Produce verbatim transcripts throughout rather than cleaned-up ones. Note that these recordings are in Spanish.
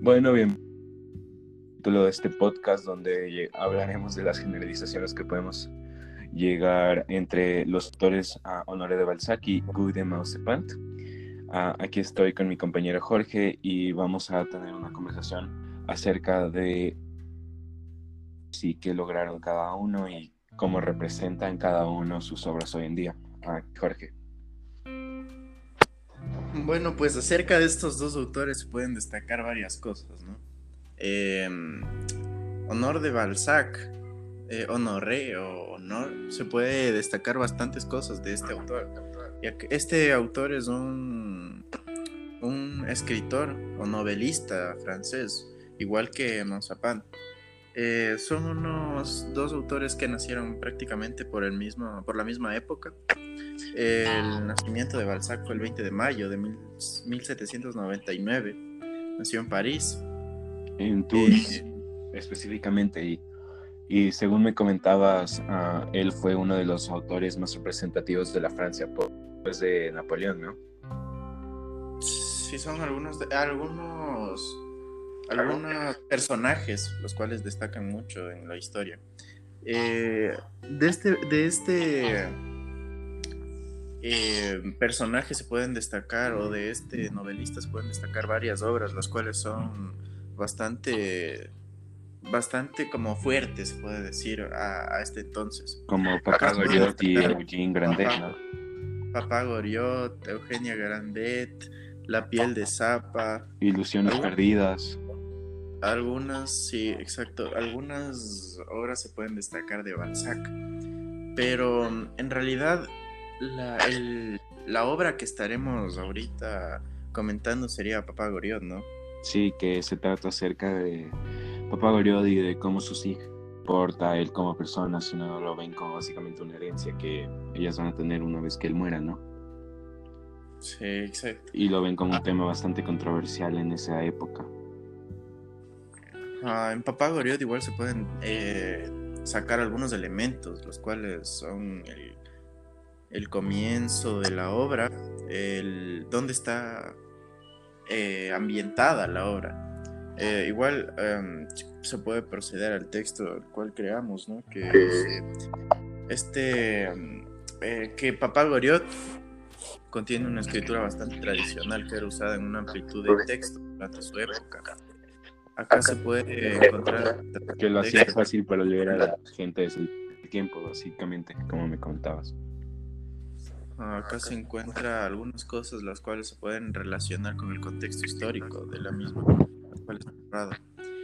Bueno, bien, título de este podcast donde lle- hablaremos de las generalizaciones que podemos llegar entre los autores a Honoré de Balzac y Guy de Maupassant. Ah, aquí estoy con mi compañero Jorge y vamos a tener una conversación acerca de sí qué lograron cada uno y cómo representan cada uno sus obras hoy en día. Ah, Jorge. Bueno, pues acerca de estos dos autores se pueden destacar varias cosas, ¿no? Eh, Honor de Balzac, eh, Honoré o Honor, se puede destacar bastantes cosas de este autor, ya que este autor es un, un escritor o novelista francés, igual que Maupassant. Eh, son unos dos autores que nacieron prácticamente por el mismo, por la misma época. El nacimiento de Balzac fue el veinte de mayo de mil, mil setecientos noventa y nueve. Nació en París. En Tours, Eh, específicamente, y, y según me comentabas, ah, él fue uno de los autores más representativos de la Francia po- después de Napoleón, ¿no? sí, son algunos, de- algunos, algunos personajes los cuales destacan mucho en la historia. Eh, de este, de este eh, personaje se pueden destacar, o de este novelista se pueden destacar varias obras, las cuales son bastante bastante como fuerte, se puede decir, a, a este entonces. Como Acá Papá se puede Goriot y destacar Eugene Grandet, Papá, ¿no? Papá Goriot, Eugenia Grandet, La piel de Zapa, Ilusiones algún- perdidas. algunas, sí, exacto, algunas obras se pueden destacar de Balzac, pero mm, en realidad la, el- la obra que estaremos ahorita comentando sería Papá Goriot, ¿no? Sí, que se trata acerca de Papá Goriot y de cómo sus hijas porta a él como persona, si no lo ven como básicamente una herencia que ellas van a tener una vez que él muera, ¿no? Sí, exacto. Y lo ven como un tema bastante controversial en esa época. Ah, en Papá Goriot igual se pueden eh, sacar algunos elementos, los cuales son el, el comienzo de la obra, el dónde está eh, ambientada la obra. Eh, igual em, se puede proceder al texto el cual creamos, ¿no? Que es este em, eh, que Papá Goriot contiene una escritura bastante tradicional que era usada en una amplitud de texto durante su época. Acá se puede encontrar Que lo hacía texto. fácil para leer a la gente de su tiempo, básicamente, como me contabas. Acá se encuentra algunas cosas las cuales se pueden relacionar con el contexto histórico de la misma, la cual es narrada.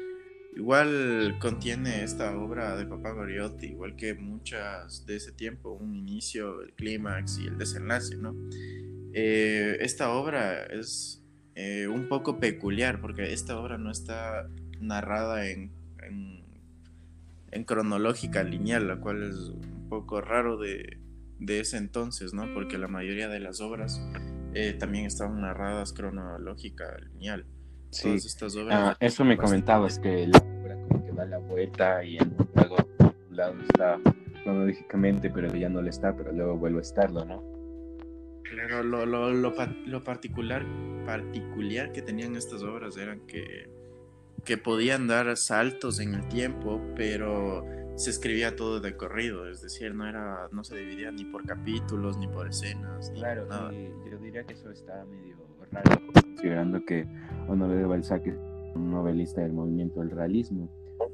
Igual contiene esta obra de Papá Goriot, igual que muchas de ese tiempo, un inicio, el clímax y el desenlace, ¿no? Eh, esta obra es eh, un poco peculiar porque esta obra no está narrada en, en, en cronológica lineal, la cual es un poco raro de, de ese entonces, ¿no? Porque la mayoría de las obras eh, también estaban narradas cronológica lineal. Sí, Todas estas obras ah, ya eso me bastante- comentabas, que la obra como que da la vuelta y en luego un lado está cronológicamente, pero ya no lo está, pero luego vuelve a estarlo, ¿no? Claro, lo, lo, lo, pa- lo particular, particular que tenían estas obras eran que, que podían dar saltos en el tiempo, pero se escribía todo de corrido, es decir, no era, no se dividía ni por capítulos, ni por escenas, ni Claro, nada. y yo diría que eso está medio raro, considerando que Honoré de Balzac es un novelista del movimiento del realismo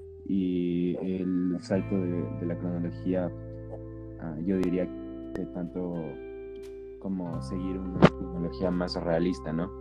y el salto de, de la cronología, ah, yo diría que tanto como seguir una cronología más realista, ¿no?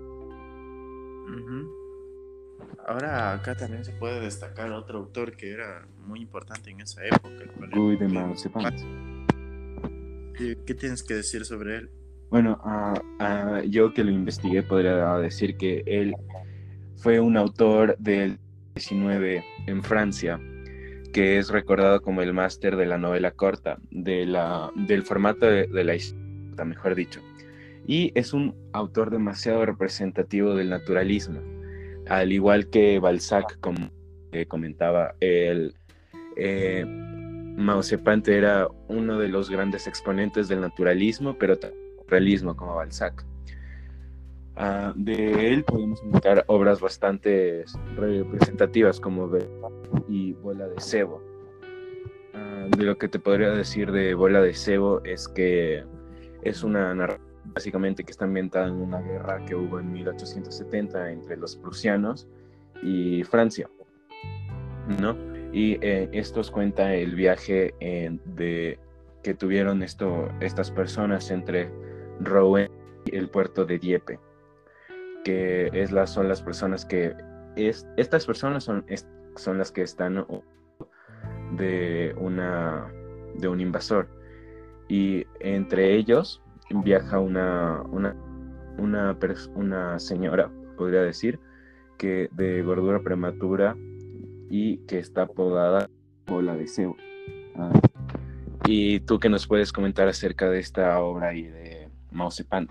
Ujú. Ahora acá también se puede destacar otro autor que era muy importante en esa época, el cual era Guy de Guy de Maupassant. Maupassant. ¿Qué, qué tienes que decir sobre él? Bueno, ah, ah, yo que lo investigué podría decir que él fue un autor del diecinueve en Francia, que es recordado como el máster de la novela corta, de la, del formato de, de la historia, mejor dicho. Y es un autor demasiado representativo del naturalismo, al igual que Balzac, como eh, comentaba, el eh, Maupassant era uno de los grandes exponentes del naturalismo, pero también del realismo como Balzac. Uh, de él podemos encontrar obras bastante representativas como Be- y Bola de Cebo. Uh, de lo que te podría decir de Bola de Cebo es que es una narrativa básicamente que está ambientada en una guerra que hubo en mil ochocientos setenta entre los prusianos y Francia, ¿no? Y eh, estos cuenta el viaje eh, de, que tuvieron esto, estas personas entre Rouen y el puerto de Dieppe, que es la, son las personas que es, estas personas son, es, son las que están de una de un invasor, y entre ellos viaja una una una, una señora, podría decir, que de gordura prematura y que está apodada Bola de Cebo. Ah, ¿y tú qué nos puedes comentar acerca de esta obra y de Mao Zedong?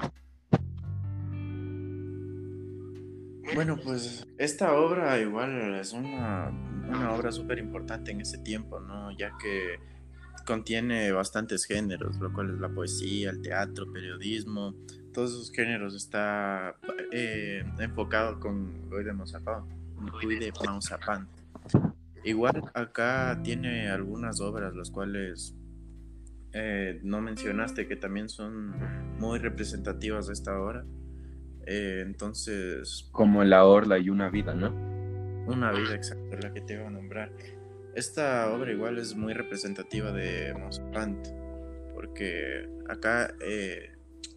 Bueno, pues esta obra igual es una, una obra súper importante en ese tiempo, ¿no? Ya que contiene bastantes géneros, lo cual es la poesía, el teatro, periodismo, todos esos géneros está eh, enfocado con Guy de Maupassant, Guy de Maupassant. Igual acá tiene algunas obras las cuales eh, no mencionaste que también son muy representativas de esta obra. Eh, entonces, Como La Orla y Una Vida, ¿no? una vida exacta la que te iba a nombrar. Esta obra igual es muy representativa de Maupassant, porque acá eh,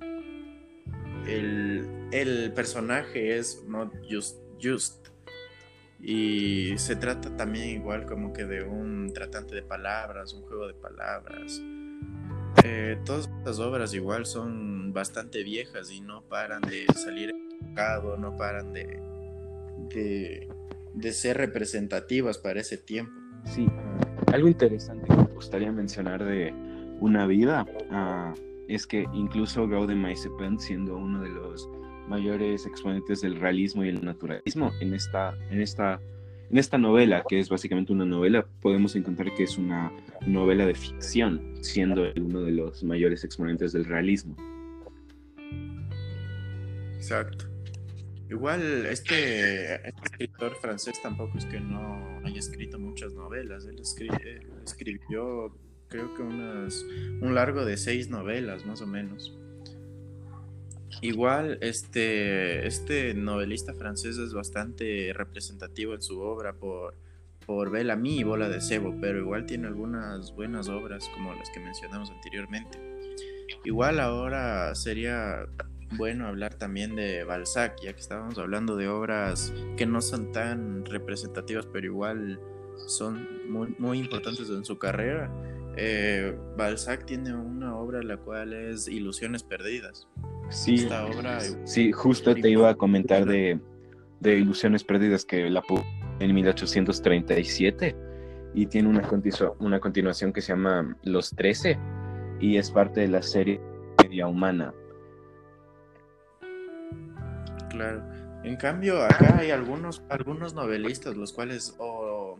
el, el personaje es not just, just y se trata también igual como que de un tratante de palabras, un juego de palabras. Eh, todas estas obras igual son bastante viejas y no paran de salir en el mercado, no paran de, de, de ser representativas para ese tiempo. Sí, uh, algo interesante que me gustaría mencionar de Una Vida uh, es que incluso Gaude Maupassant, siendo uno de los mayores exponentes del realismo y el naturalismo, en esta, en esta, en esta novela, que es básicamente una novela, podemos encontrar que es una novela de ficción, siendo uno de los mayores exponentes del realismo. Exacto. Igual este, este escritor francés tampoco es que no haya escrito muchas novelas. Él, escri él escribió creo que unas, un largo de seis novelas más o menos. Igual este, este novelista francés es bastante representativo en su obra por, por Bel-Ami y Bola de Cebo, pero igual tiene algunas buenas obras como las que mencionamos anteriormente. Igual ahora sería bueno hablar también de Balzac, ya que estábamos hablando de obras que no son tan representativas, pero igual son muy, muy importantes en su carrera. Eh, Balzac tiene una obra la cual es Ilusiones Perdidas. Sí, Esta obra sí, justo te iba a comentar de, de Ilusiones Perdidas, que la publicó en mil ochocientos treinta y siete y tiene una, continu una continuación que se llama Los Trece y es parte de la serie Media Humana. Claro. En cambio, acá hay algunos, algunos novelistas, los cuales, o,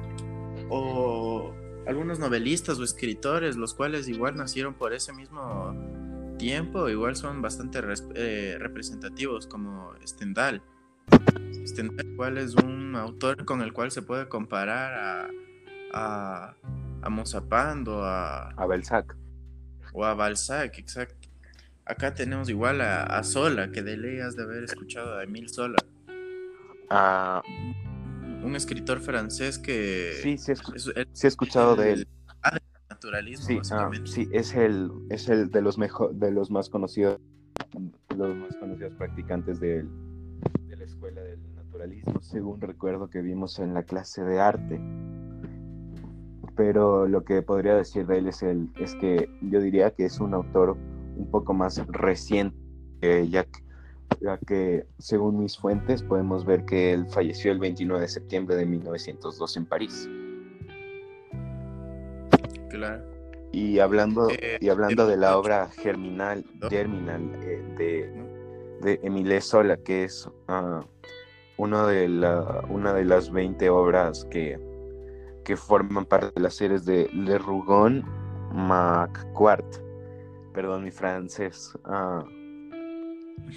o algunos novelistas o escritores, los cuales igual nacieron por ese mismo tiempo, igual son bastante eh, representativos, como Stendhal. Stendhal igual es un autor con el cual se puede comparar a, a, a Maupassant o a, a Balzac. O a Balzac, exacto. Acá tenemos igual a, a Zola, que de ley has de haber escuchado a Émile Zola. Uh, un escritor francés que... Sí, sí, escu es, el, sí he escuchado el, de él. El naturalismo, sí, básicamente. Uh, sí, es el, es el de los mejor, de los más conocidos, los más conocidos practicantes de, de la escuela del naturalismo, según recuerdo que vimos en la clase de arte. Pero lo que podría decir de él es, el, es que yo diría que es un autor un poco más reciente, eh, ya, que, ya que según mis fuentes podemos ver que él falleció el veintinueve de septiembre de mil novecientos dos en París. Claro. Y hablando, Eh, y hablando de, de la ocho, obra Germinal, Germinal eh, de, de Émile Zola, que es uh, una, de la, una de las veinte obras que que forman parte de las series de Le Rougon Macquart. Perdón mi francés. Uh,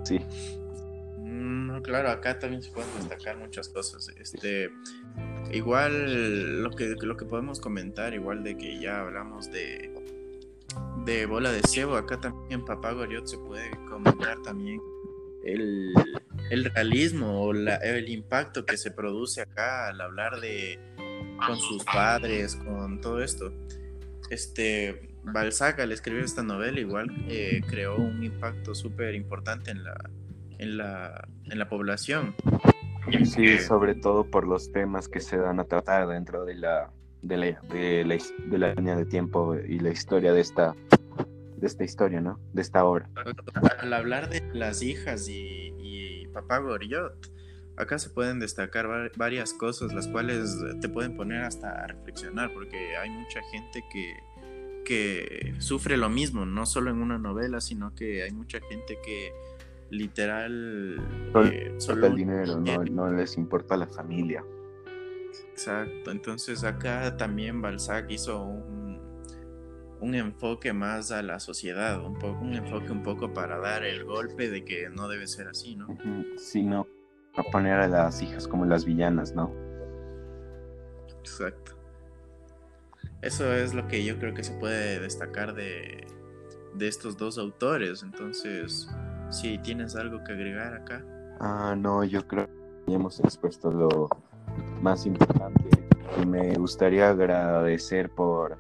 Sí. No, claro, acá también se pueden destacar muchas cosas. Este, igual lo que, lo que podemos comentar, igual de que ya hablamos de, de Bola de Cebo, acá también en Papá Goriot se puede comentar también el, el realismo o la, el impacto que se produce acá al hablar de con sus padres, con todo esto. Este, Balzac al escribir esta novela igual eh, creó un impacto súper importante en la, en la, en la población. Sí, sobre todo por los temas que se dan a tratar dentro de la, de la, de la, de la línea de tiempo y la historia de esta, de esta historia, ¿no? De esta obra. Al hablar de las hijas y, y Papá Goriot, acá se pueden destacar var- varias cosas, las cuales te pueden poner hasta a reflexionar, porque hay mucha gente que, que sufre lo mismo, no solo en una novela, sino que hay mucha gente que literal Solo eh, les importa solo el dinero, no, no les importa la familia. exacto. Entonces acá también Balzac hizo un, un enfoque más a la sociedad, un poco, un enfoque un poco para dar el golpe de que no debe ser así, ¿no? Ujú. Sino a poner a las hijas como las villanas, ¿no? Exacto. Eso es lo que yo creo que se puede destacar de, de estos dos autores. Entonces, si tienes algo que agregar acá. Ah, no, yo creo que ya hemos expuesto lo más importante. Y me gustaría agradecer por,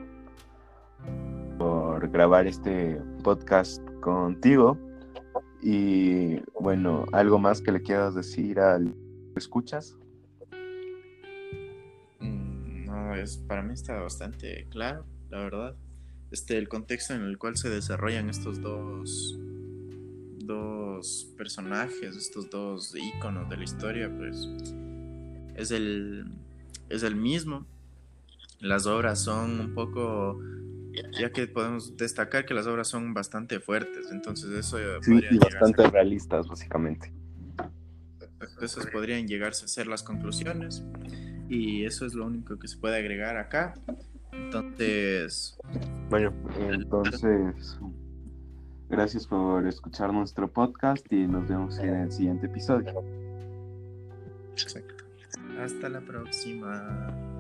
por grabar este podcast contigo. Y bueno, ¿algo más que le quieras decir al escuchas? Mm, No, es, para mí está bastante claro, la verdad. Este, el contexto en el cual se desarrollan estos dos, dos personajes, estos dos íconos de la historia, pues es el, es el mismo. Las obras son un poco, ya que podemos destacar que las obras son bastante fuertes, entonces eso eh, Sí, podrían y llegarse bastante realistas, básicamente. a, esas podrían llegarse a ser las conclusiones y eso es lo único que se puede agregar acá. Entonces, Bueno, entonces, gracias por escuchar nuestro podcast y nos vemos en el siguiente episodio. exacto. Hasta la próxima.